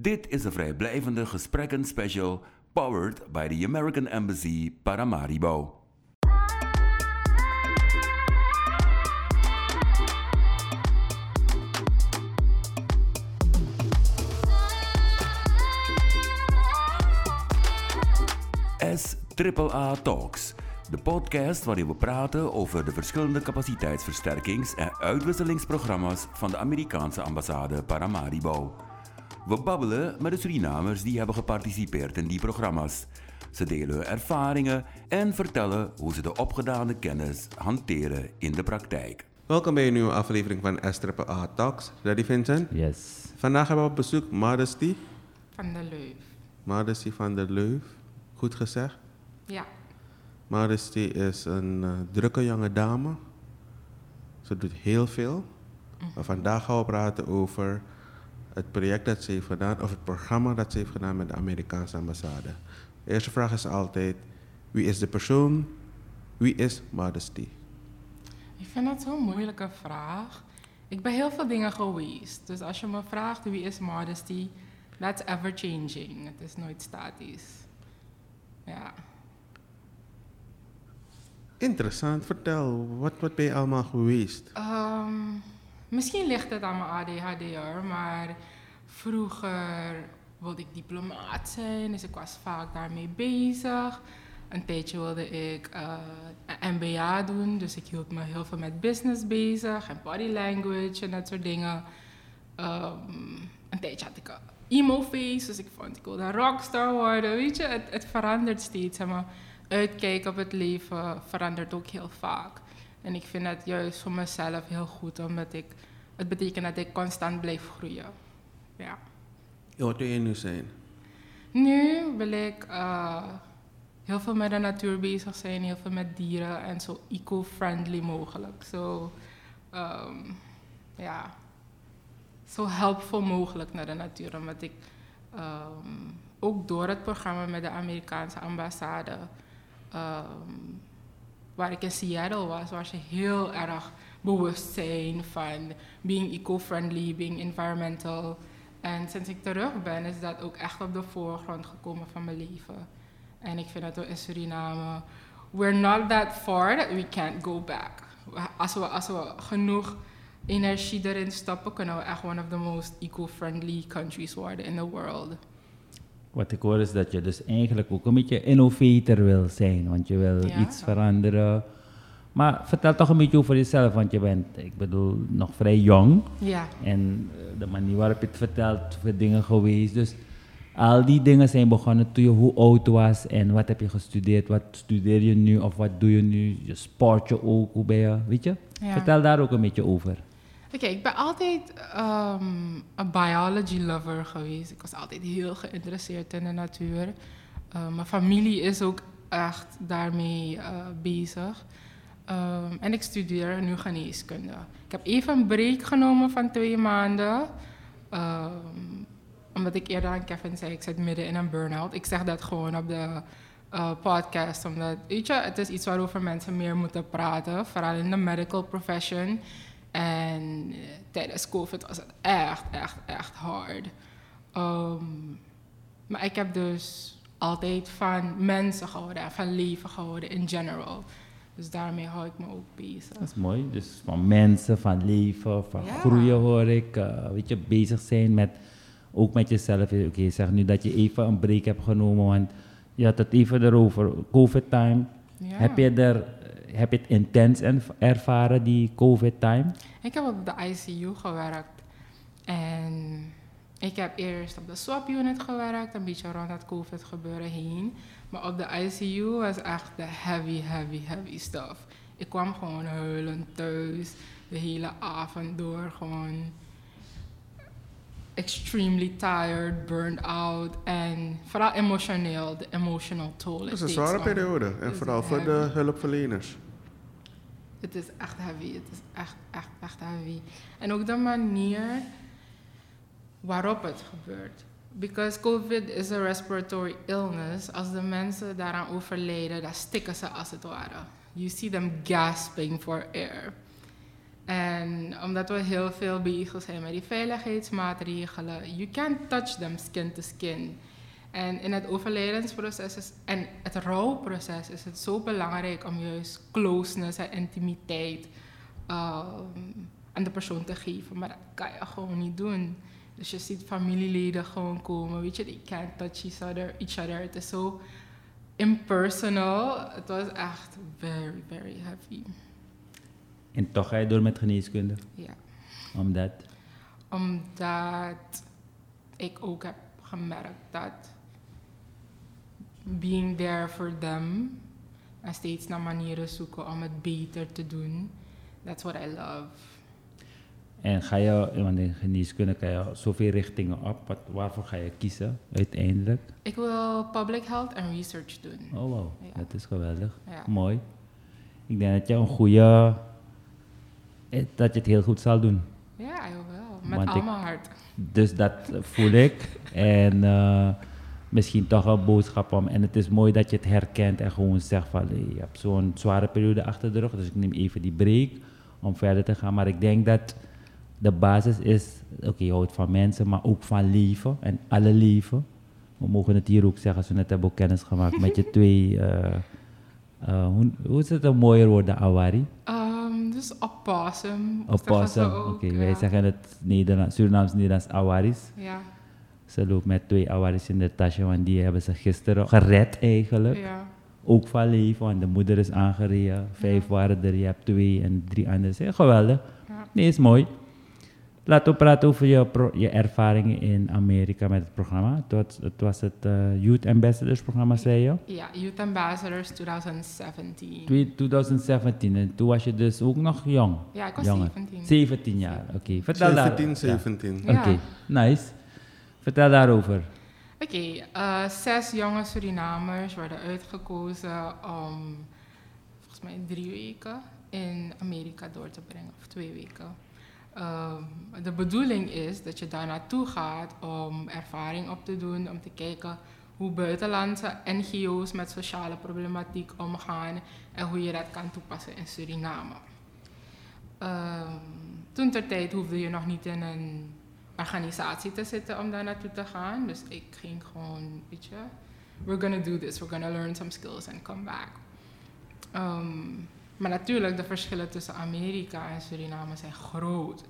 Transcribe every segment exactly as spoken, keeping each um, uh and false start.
Dit is een vrijblijvende gesprekken special powered by the American Embassy Paramaribo. S A A Talks, de podcast waarin we praten over de verschillende capaciteitsversterkings- en uitwisselingsprogramma's van de Amerikaanse ambassade Paramaribo. We babbelen met de Surinamers die hebben geparticipeerd in die programma's. Ze delen hun ervaringen en vertellen hoe ze de opgedane kennis hanteren in de praktijk. Welkom bij een nieuwe aflevering van S A A Talks. Ready, Vincent? Yes. Vandaag hebben we op bezoek Modesty. Van der Leuf. Modesty van der Leuf. Goed gezegd? Ja. Modesty is een uh, drukke jonge dame. Ze doet heel veel. Mm-hmm. Maar vandaag gaan we praten over het project dat ze heeft gedaan, of het programma dat ze heeft gedaan met de Amerikaanse ambassade. De eerste vraag is altijd, wie is de persoon? Wie is Modesty? Ik vind dat zo'n moeilijke vraag. Ik ben heel veel dingen geweest. Dus als je me vraagt wie is Modesty, that's ever changing. Het is nooit statisch. Ja. Interessant, vertel. Wat, wat ben je allemaal geweest? Um, misschien ligt het aan mijn A D H D hoor, maar vroeger wilde ik diplomaat zijn, dus ik was vaak daarmee bezig. Een tijdje wilde ik uh, een M B A doen, dus ik hield me heel veel met business bezig en body language en dat soort dingen. Um, een tijdje had ik een emo-face, dus ik vond ik wilde een rockstar worden. Weet je, het, het verandert steeds. En mijn uitkijk op het leven verandert ook heel vaak. En ik vind dat juist voor mezelf heel goed, omdat ik, het betekent dat ik constant blijf groeien. Ja. Wat wil je nu zijn? Nu wil ik uh, heel veel met de natuur bezig zijn, heel veel met dieren en zo eco-friendly mogelijk. Zo, um, ja, zo helpvol mogelijk naar de natuur. Omdat ik um, ook door het programma met de Amerikaanse ambassade, um, waar ik in Seattle was, was je heel erg bewust zijn van being eco-friendly, being environmental. En sinds ik terug ben, is dat ook echt op de voorgrond gekomen van mijn leven. En ik vind dat we in Suriname, we're not that far that we can't go back. Als we, als we genoeg energie erin stoppen, kunnen we echt one of the most eco-friendly countries worden in the world. Wat ik hoor is dat je dus eigenlijk ook een beetje innovator wil zijn, want je wil Ja. iets veranderen. Maar vertel toch een beetje over jezelf, want je bent, ik bedoel, nog vrij jong. Ja. En uh, de manier waarop je het vertelt, voor dingen geweest. Dus al die dingen zijn begonnen toen je hoe oud was en wat heb je gestudeerd, wat studeer je nu of wat doe je nu, je sport je ook, hoe ben je, weet je? Ja. Vertel daar ook een beetje over. Oké, okay, ik ben altijd um, een biology lover geweest. Ik was altijd heel geïnteresseerd in de natuur. Uh, mijn familie is ook echt daarmee uh, bezig. Um, en ik studeer nu geneeskunde. Ik heb even een break genomen van twee maanden. Um, omdat ik eerder aan Kevin zei, ik zit midden in een burn-out. Ik zeg dat gewoon op de uh, podcast. Omdat, weet je, het is iets waarover mensen meer moeten praten. Vooral in de medical profession. En uh, tijdens COVID was het echt, echt, echt hard. Um, maar ik heb dus altijd van mensen gehouden en van leven gehouden in general. Dus daarmee hou ik me ook bezig. Dat is mooi. Dus van mensen, van leven, van Ja. groeien hoor ik. Uh, weet je, bezig zijn met, ook met jezelf. Oké, okay, zeg nu dat je even een break hebt genomen, want je had het even erover. COVID-time. Ja. Heb je er, heb je het intens ervaren, die COVID-time? Ik heb op de I C U gewerkt. En ik heb eerst op de swap unit gewerkt, een beetje rond dat COVID gebeuren heen. Maar op de I C U was echt de heavy, heavy, heavy stuff. Ik kwam gewoon huilend thuis, de hele avond door, gewoon extremely tired, burned out en vooral emotioneel, de emotional toll. Het is een zware periode en vooral voor de hulpverleners. Het is echt heavy, het is echt, echt, echt heavy. En ook de manier waarop het gebeurt. Because COVID is a respiratory illness. Als de mensen daaraan overlijden, dan stikken ze als het ware. You see them gasping for air. En omdat we heel veel bezig zijn met die veiligheidsmaatregelen, you can't touch them skin to skin. En in het overlijdensproces is, en het rouwproces is het zo belangrijk om juist closeness en intimiteit um, aan de persoon te geven. Maar dat kan je gewoon niet doen. Dus je ziet familieleden gewoon komen, weet je, they can't touch each other. Each other. Het is zo impersonal. Het was echt very, very heavy. En toch ga je door met geneeskunde? Ja. Omdat? Omdat ik ook heb gemerkt dat being there for them en steeds naar manieren zoeken om het beter te doen, that's what I love. En ga je, want in geneeskunde kan je zoveel richtingen op, wat, waarvoor ga je kiezen uiteindelijk? Ik wil public health en research doen. Oh wow, Ja. dat is geweldig. Ja. Mooi. Ik denk dat je een goede, eh, dat je het heel goed zal doen. Ja, ik wel. Met Want al ik- mijn hart. Dus dat voel ik. En uh, misschien toch een boodschap om. En het is mooi dat je het herkent en gewoon zegt van hey, je hebt zo'n zware periode achter de rug. Dus ik neem even die break om verder te gaan. Maar ik denk dat de basis is, oké, okay, je houdt van mensen, maar ook van leven en alle leven. We mogen het hier ook zeggen, als we net hebben ook kennis gemaakt met je twee, uh, uh, hoe, hoe is het een mooier woord dan Awari? Um, dus opossum. Opossum, oké, okay, wij zeggen het Nederlands, Surinaams-Nederlands Awaris. Ja. Ze loopt met twee Awaris in de tasje, want die hebben ze gisteren gered eigenlijk. Ja. Ook van leven, want de moeder is aangereden. Vijf Ja. waren er, je hebt twee en drie anderen. Zeg, geweldig. Ja. Nee, is mooi. Laten we praten over je, pro- je ervaringen in Amerika met het programma. Het was het, was het uh, Youth Ambassadors programma, zei je? Ja, Youth Ambassadors twintig zeventien. Twe- twintig zeventien, en toen was je dus ook nog jong. Ja, ik was Jonger. zeventien. zeventien jaar, oké. Okay. Vertel daar. zeventien, Ja. zeventien. Oké, Ja. nice. Vertel daarover. Oké, okay, uh, zes jonge Surinamers werden uitgekozen om volgens mij drie weken in Amerika door te brengen, of twee weken. Um, de bedoeling is dat je daar naartoe gaat om ervaring op te doen, om te kijken hoe buitenlandse N G O's met sociale problematiek omgaan en hoe je dat kan toepassen in Suriname. Um, toen ter tijd hoefde je nog niet in een organisatie te zitten om daar naartoe te gaan. Dus ik ging gewoon, weet je, we're gonna do this, we're gonna learn some skills and come back. Um, maar natuurlijk, de verschillen tussen Amerika en Suriname zijn groot.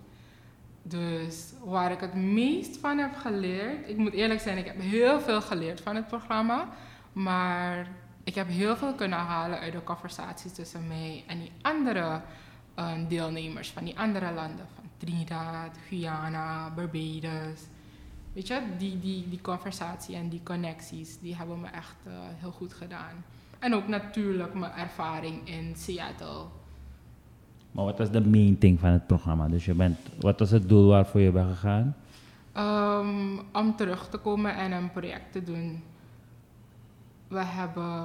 Dus waar ik het meest van heb geleerd, ik moet eerlijk zijn, ik heb heel veel geleerd van het programma, maar ik heb heel veel kunnen halen uit de conversaties tussen mij en die andere uh, deelnemers van die andere landen, van Trinidad, Guyana, Barbados. Weet je, die, die, die conversatie en die connecties, die hebben me echt uh, heel goed gedaan. En ook natuurlijk mijn ervaring in Seattle. Maar wat was de main thing van het programma? Dus je bent, wat was het doel waarvoor je bent gegaan? Um, om terug te komen en een project te doen. We hebben...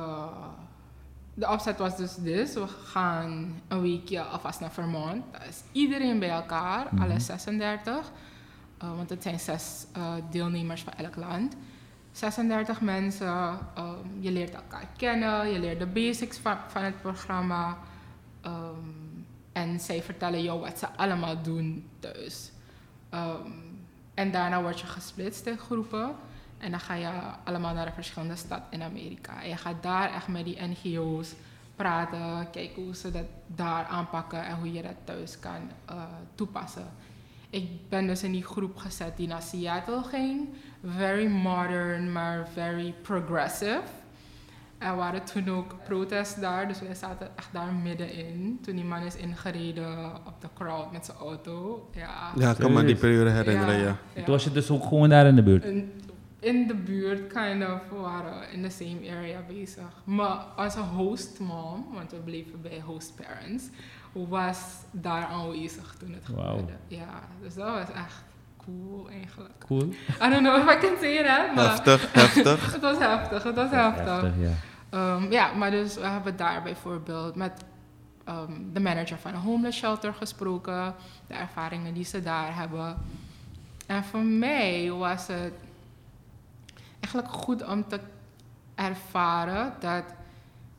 De opzet was dus dit. We gaan een weekje alvast naar Vermont. Dat is iedereen bij elkaar, Mhm. alle zesendertig. Uh, want het zijn zes uh, deelnemers van elk land. zesendertig mensen. Um, je leert elkaar kennen. Je leert de basics van, van het programma. Um, en zij vertellen jou wat ze allemaal doen thuis. Um, en daarna word je gesplitst in groepen. En dan ga je allemaal naar een verschillende stad in Amerika. En je gaat daar echt met die N G O's praten. Kijken hoe ze dat daar aanpakken en hoe je dat thuis kan uh, toepassen. Ik ben dus in die groep gezet die naar Seattle ging. Very modern, maar very progressive. Er waren toen ook protesten daar, dus wij zaten echt daar middenin. Toen die man is ingereden op de crowd met zijn auto. Ja, Ja, ik kan me die periode herinneren, ja. ja. Toen was je dus ook gewoon daar in de buurt? In, in de buurt, kind of, we waren in the same area bezig. Maar onze host mom, want we bleven bij host parents, was daar aanwezig toen het Wauw. gebeurde. Ja, dus dat was echt cool eigenlijk. Cool. I don't know if I can say that, maar Heftig, heftig. het was heftig, het was heftig. Heftig, ja. Um, ja, maar dus we hebben daar bijvoorbeeld met um, de manager van een homeless shelter gesproken, de ervaringen die ze daar hebben. En voor mij was het eigenlijk goed om te ervaren dat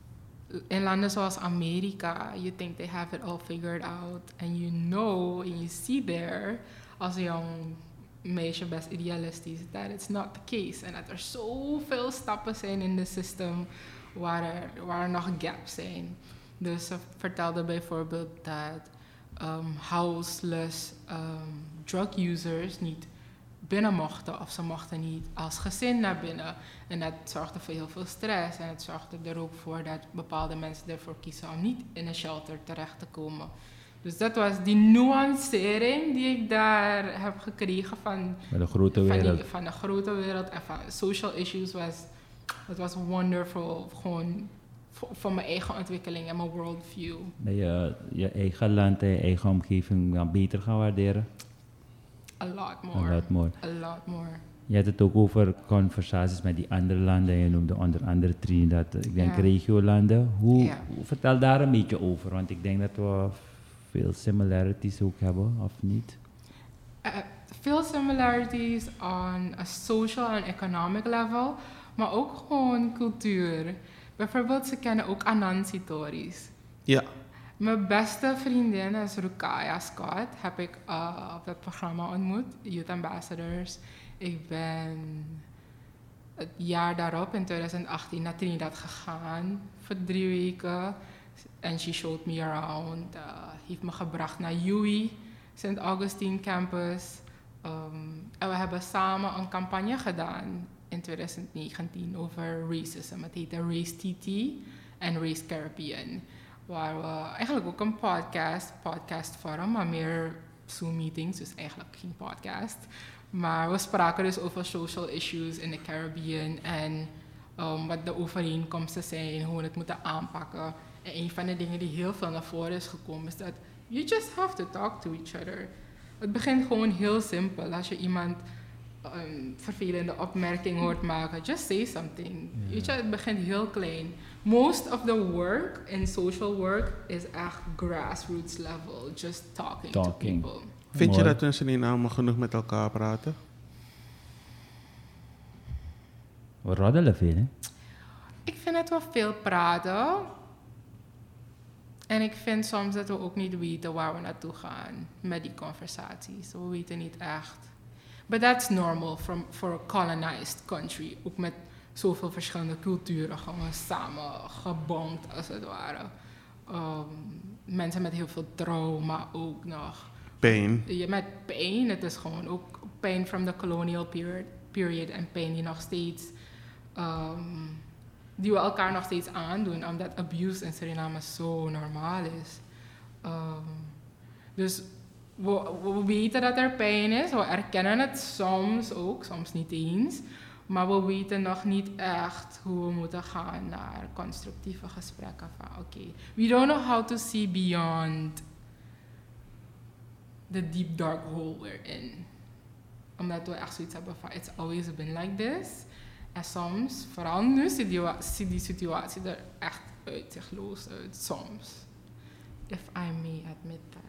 in landen zoals Amerika, you think they have it all figured out. And you know, and you see there, als een jong meisje best idealistisch, that it's not the case. En dat er zoveel stappen zijn in het systeem waar er, waar er nog gaps zijn. Dus ze vertelde bijvoorbeeld dat um, houseless um, drug users niet binnen mochten of ze mochten niet als gezin naar binnen. En dat zorgde voor heel veel stress en het zorgde er ook voor dat bepaalde mensen ervoor kiezen om niet in een shelter terecht te komen. Dus dat was die nuancering die ik daar heb gekregen van, Met de grote van, wereld. die, van de grote wereld en van social issues. Was, het was wonderful, gewoon voor, voor mijn eigen ontwikkeling en mijn worldview. Dat je je eigen land en je eigen omgeving dan beter gaan waarderen. A lot A more. lot more. A lot more. Je had het ook over conversaties met die andere landen. Je noemde onder andere Trinidad, ik denk Ja. regiolanden. Hoe, Ja. hoe, vertel daar een beetje over, want ik denk dat we veel similarities ook hebben, of niet? Uh, veel similarities on a social and economic level, maar ook gewoon cultuur. Bijvoorbeeld, ze kennen ook Anansi-tories. Ja. Mijn beste vriendin is Rukaya Scott, heb ik uh, op dat programma ontmoet, Youth Ambassadors. Ik ben het jaar daarop, in twintig achttien, naar Trinidad gegaan voor drie weken. En she showed me around. Uh, heeft me gebracht naar U I, Saint Augustine campus. Um, en we hebben samen een campagne gedaan in twintig negentien over racism. Het heette Race T T en Race Caribbean. Waar we eigenlijk ook een podcast, podcast forum, maar meer Zoom meetings, dus eigenlijk geen podcast. Maar we spraken dus over social issues in de Caribbean en um, wat de overeenkomsten zijn, hoe we het moeten aanpakken. En een van de dingen die heel veel naar voren is gekomen is dat you just have to talk to each other. Het begint gewoon heel simpel. Als je iemand een vervelende opmerking hoort maken, just say something. Ja. Weet je, het begint heel klein. Most of the work in social work is echt grassroots level. Just talking, Talking. to people. Vind je Mooi. dat mensen in allemaal genoeg met elkaar praten? We roddelen veel, hè? Ik vind het wel veel praten. En ik vind soms dat we ook niet weten waar we naartoe gaan met die conversaties. We weten niet echt. But that's normal from, for a colonized country. Ook met zoveel verschillende culturen gewoon samen gebond, als het ware. Um, mensen met heel veel trauma ook nog. Pain. Je met pijn, het is gewoon ook pijn from the colonial period, period en pijn die nog steeds, um, die we elkaar nog steeds aandoen, omdat abuse in Suriname zo normaal is. Um, dus we, we weten dat er pijn is, we erkennen het soms ook, soms niet eens, maar we weten nog niet echt hoe we moeten gaan naar constructieve gesprekken van oké, okay, we don't know how to see beyond the deep dark hole we're in. Omdat we echt zoiets hebben van, it's always been like this. En soms, vooral nu, ziet die, ziet die situatie er echt uitzichtloos uit. Soms. If I may admit that.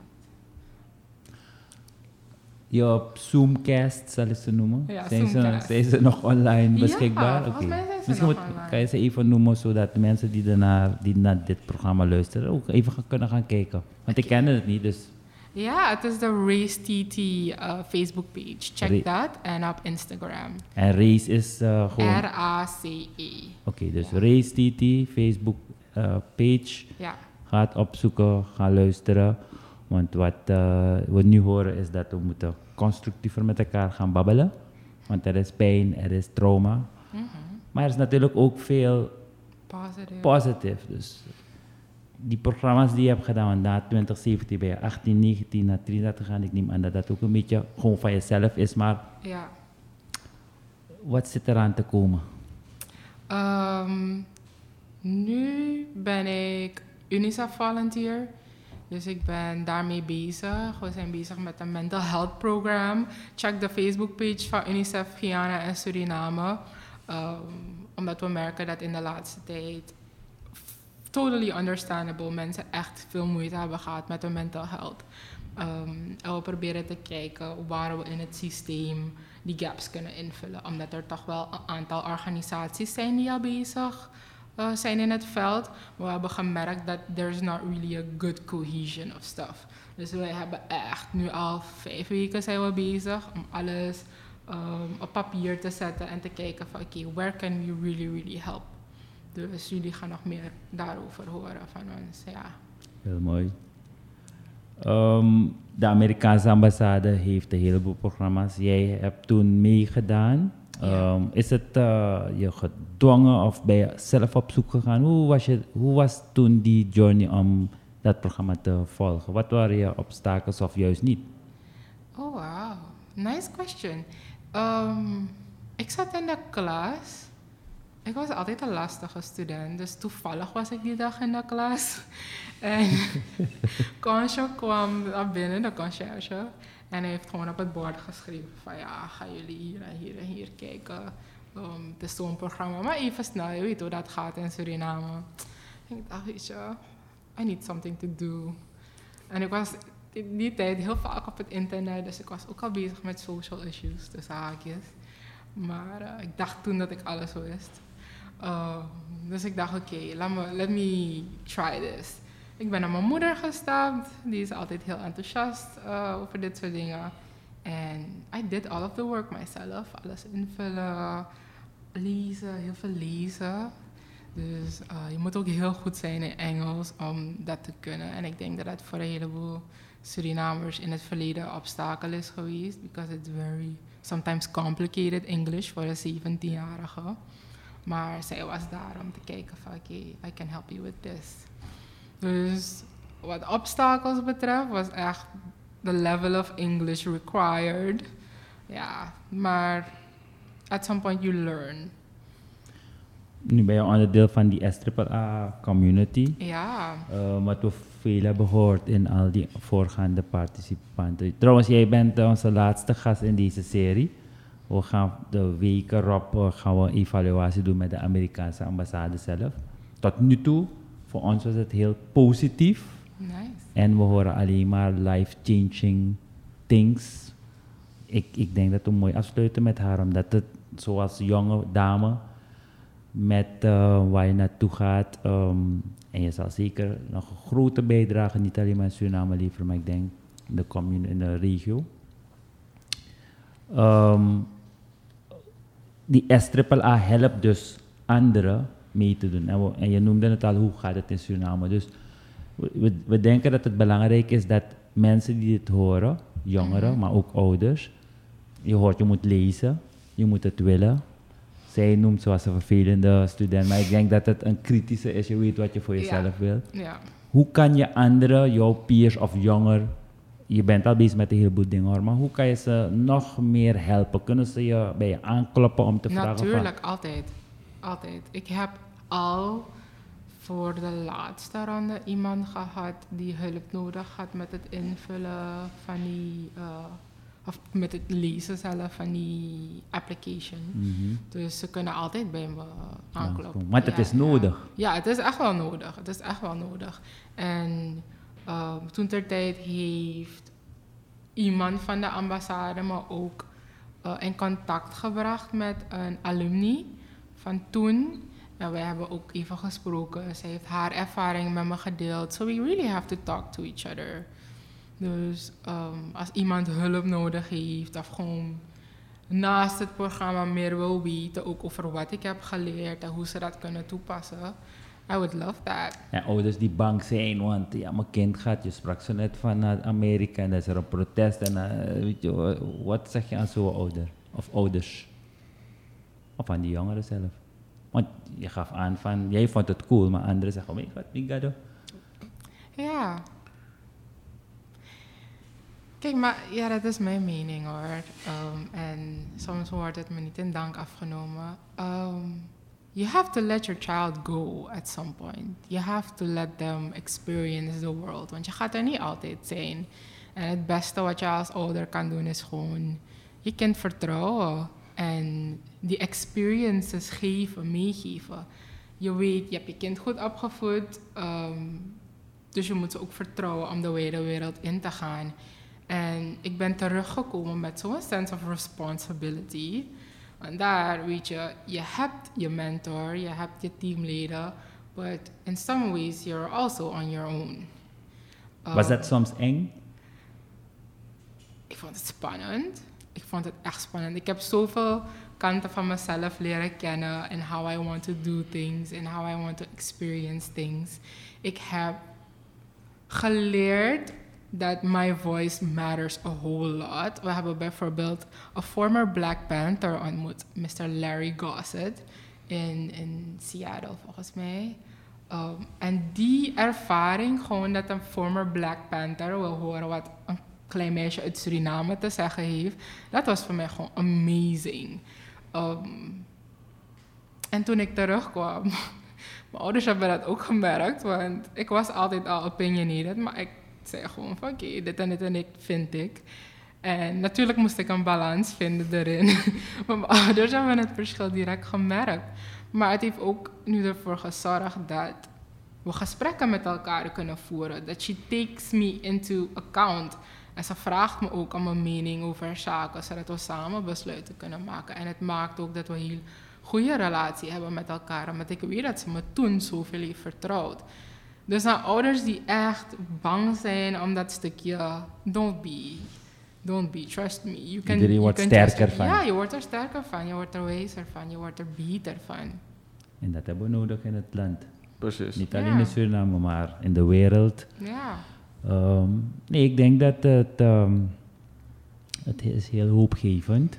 Je op Zoomcast, zal ik ze noemen? Ja, zijn, ze, Zoomcast. zijn ze nog online Ja, beschikbaar? volgens Oké. mij zijn ze Misschien nog moet, online. kan je ze even noemen, zodat de mensen die, ernaar, die naar dit programma luisteren ook even gaan, kunnen gaan kijken. Want ik Oké. kende het niet, dus... Ja, het is de Race T T uh, Facebook page. Check Ra- dat. En op Instagram. En Race is uh, gewoon... R A C E. Oké, dus Ja. Race T T, Facebook uh, page. Ja. Ga het opzoeken, ga luisteren. Want wat uh, we nu horen is dat we moeten constructiever met elkaar gaan babbelen. Want er is pijn, er is trauma. Mhm. Maar er is natuurlijk ook veel Positive. positief. Dus die programma's die je hebt gedaan, want na twintig zeventien ben je achttien, negentien naar Trinidad gegaan. Ik neem aan dat dat ook een beetje gewoon van jezelf is. Maar Ja. wat zit eraan te komen? Um, nu ben ik UNICEF volunteer. Dus ik ben daarmee bezig. We zijn bezig met een mental health program. Check de Facebook page van UNICEF Guyana en Suriname. Um, omdat we merken dat in de laatste tijd, totally understandable, mensen echt veel moeite hebben gehad met hun mental health. Um, en we proberen te kijken waar we in het systeem die gaps kunnen invullen. Omdat er toch wel een aantal organisaties zijn die al bezig uh, zijn in het veld. Maar we hebben gemerkt dat there's not really a good cohesion of stuff. Dus wij hebben echt nu al vijf weken zijn we bezig om alles um, op papier te zetten en te kijken van oké, okay, where can we really, really help? Dus jullie gaan nog meer daarover horen van ons, ja. Heel mooi. Um, de Amerikaanse ambassade heeft een heleboel programma's. Jij hebt toen meegedaan. Ja. Um, is het uh, je gedwongen of ben je zelf op zoek gegaan? Hoe was, je, hoe was toen die journey om dat programma te volgen? Wat waren je obstakels of juist niet? Oh, wow. Nice question. Um, ik zat in de klas. Ik was altijd een lastige student, dus toevallig was ik die dag in de klas. En Concho kwam naar binnen, de conciërge, en hij heeft gewoon op het bord geschreven van ja, gaan jullie hier en hier en hier kijken. Um, het is zo'n programma, maar even snel, je weet hoe dat gaat in Suriname. En ik dacht, weet je, I need something to do. En ik was in die tijd heel vaak op het internet, dus ik was ook al bezig met social issues, tussen haakjes. Maar uh, ik dacht toen dat ik alles wist. Uh, dus ik dacht, oké, okay, let, me, let me try this. Ik ben naar mijn moeder gestapt. Die is altijd heel enthousiast uh, over dit soort dingen. En I did all of the work myself. Alles invullen, lezen, heel veel lezen. Dus uh, je moet ook heel goed zijn in Engels om dat te kunnen. En ik denk dat dat voor een heleboel Surinamers in het verleden obstakel is geweest. Because it's very, sometimes complicated English voor een zeventienjarige. Maar zij was daar om te kijken van oké, okay, I can help you with this. Dus wat obstakels betreft was echt the level of English required. Ja, maar at some point you learn. Nu ben je onderdeel van die S A A A community. Ja. Uh, wat we veel hebben gehoord in al die voorgaande participanten. Trouwens, jij bent onze laatste gast in deze serie. We gaan de weken erop uh, gaan we een evaluatie doen met de Amerikaanse ambassade zelf. Tot nu toe, voor ons was het heel positief. Nice. En we horen alleen maar life-changing things. Ik, ik denk dat we mooi afsluiten met haar, omdat het zoals jonge dame met uh, waar je naartoe gaat. Um, en je zal zeker nog een grote bijdrage, niet alleen maar in Suriname leveren, maar ik denk in de commune, in de regio. Um, die S A A A helpt dus anderen mee te doen. En, we, en je noemde het al, hoe gaat het in Suriname? Dus we, we denken dat het belangrijk is dat mensen die dit horen, jongeren, mm-hmm. maar ook ouders, je hoort, je moet lezen, je moet het willen. Zij noemt zoals een vervelende student, maar ik denk dat het een kritische is, je weet wat je voor jezelf ja. wilt. Ja. Hoe kan je anderen, jouw peers of jonger, je bent al bezig met een heleboel dingen hoor, maar hoe kan je ze nog meer helpen? Kunnen ze je bij je aankloppen om te vragen? Natuurlijk, van... altijd. Altijd. Ik heb al voor de laatste ronde iemand gehad die hulp nodig had met het invullen van die, uh, of met het lezen zelf van die application. Mm-hmm. Dus ze kunnen altijd bij me aankloppen. Ja, want het ja, is nodig. Ja. ja, het is echt wel nodig. Het is echt wel nodig. En uh, toen ter tijd heeft iemand van de ambassade me ook uh, in contact gebracht met een alumni van toen. En wij hebben ook even gesproken. Zij heeft haar ervaring met me gedeeld. So we really have to talk to each other. Dus um, als iemand hulp nodig heeft of gewoon naast het programma meer wil weten, ook over wat ik heb geleerd en hoe ze dat kunnen toepassen, I would love that. Ja, ouders die bang zijn, want ja, mijn kind gaat, je sprak zo net van uh, Amerika en er is er een protest en uh, weet je, wat zeg je aan zo'n ouder of ouders? Of aan die jongeren zelf? Want je gaf aan van, jij vond het cool, maar anderen zeggen, oh my god, ik ga doen. Ja. Kijk, maar ja, dat is mijn mening hoor. Um, en soms wordt het me niet in dank afgenomen. Um, you have to let your child go at some point. You have to let them experience the world. Want je gaat er niet altijd zijn. En het beste wat je als ouder kan doen is gewoon je kind vertrouwen. En die experiences geven, meegeven. Je weet, je hebt je kind goed opgevoed. Um, dus je moet ze ook vertrouwen om de wijde wereld in te gaan. En ik ben teruggekomen met zo'n sense of responsibility. Want daar, weet je, je hebt je mentor, je hebt je teamleden, but in some ways you're also on your own. Was Um, dat soms eng? Ik vond het spannend. Ik vond het echt spannend. Ik heb zoveel kanten van mezelf leren kennen en how I want to do things and how I want to experience things. Ik heb geleerd dat my voice matters a whole lot. We hebben bijvoorbeeld een former Black Panther ontmoet, mister Larry Gossett, in, in Seattle volgens mij. Um, en die ervaring, gewoon dat een former Black Panther wil horen wat een klein meisje uit Suriname te zeggen heeft, dat was voor mij gewoon amazing. Um, en toen ik terugkwam, mijn ouders hebben dat ook gemerkt, want ik was altijd al opinionated, maar ik zei gewoon van oké, okay, dit en dit en dit vind ik. En natuurlijk moest ik een balans vinden erin. Maar mijn ouders hebben het verschil direct gemerkt. Maar het heeft ook nu ervoor gezorgd dat we gesprekken met elkaar kunnen voeren. Dat she takes me into account. En ze vraagt me ook om mijn mening over zaken, zodat we samen besluiten kunnen maken. En het maakt ook dat we een heel goede relatie hebben met elkaar. Omdat ik weet dat ze me toen zoveel heeft vertrouwd. Dus aan ouders die echt bang zijn om dat stukje, don't be, don't be, trust me. You can, Iedereen you wordt can sterker trust me. van. Ja, je wordt er sterker van, je wordt er wijzer van, je wordt er beter van. En dat hebben we nodig in het land. Precies. Niet Ja. alleen in Suriname, maar in de wereld. Ja. Um, nee, ik denk dat het, um, het is heel hoopgevend.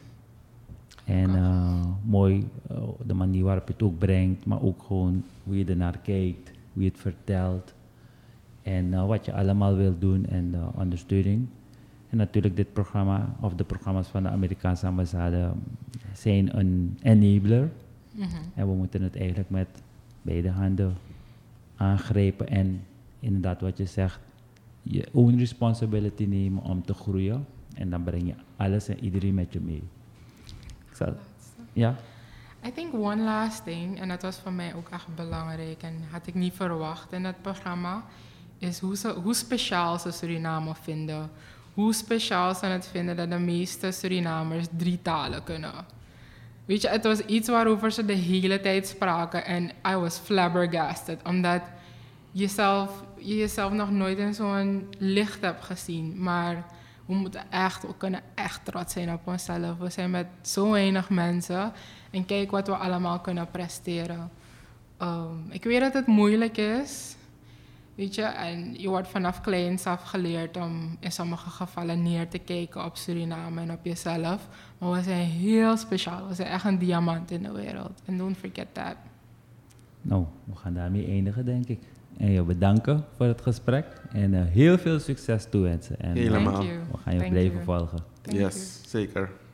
En uh, mooi uh, de manier waarop je het ook brengt, maar ook gewoon hoe je ernaar kijkt, hoe je het vertelt. En uh, wat je allemaal wil doen en de ondersteuning. En natuurlijk dit programma, of de programma's van de Amerikaanse ambassade, zijn een enabler. Mhm. En we moeten het eigenlijk met beide handen aangrijpen en inderdaad wat je zegt, je own responsibility nemen om te groeien. En dan breng je alles en iedereen met je mee. Ik zal, ja? I think one last thing, en dat was voor mij ook echt belangrijk en had ik niet verwacht in het programma, is hoe, ze, hoe speciaal ze Suriname vinden. Hoe speciaal ze het vinden dat de meeste Surinamers drie talen kunnen. Weet je, het was iets waarover ze de hele tijd spraken en I was flabbergasted, omdat je zelf, je jezelf nog nooit in zo'n licht hebt gezien. Maar we moeten echt, we kunnen echt trots zijn op onszelf. We zijn met zo weinig mensen en kijk wat we allemaal kunnen presteren. Um, ik weet dat het moeilijk is, weet je, en je wordt vanaf kleins af geleerd om in sommige gevallen neer te kijken op Suriname en op jezelf. Maar we zijn heel speciaal, we zijn echt een diamant in de wereld. En don't forget that. Nou, we gaan daarmee eindigen, denk ik. En je bedanken voor het gesprek en uh, heel veel succes toewensen. En uh, Helemaal. Thank you. we gaan je Thank blijven you. volgen. Thank Yes, you. zeker.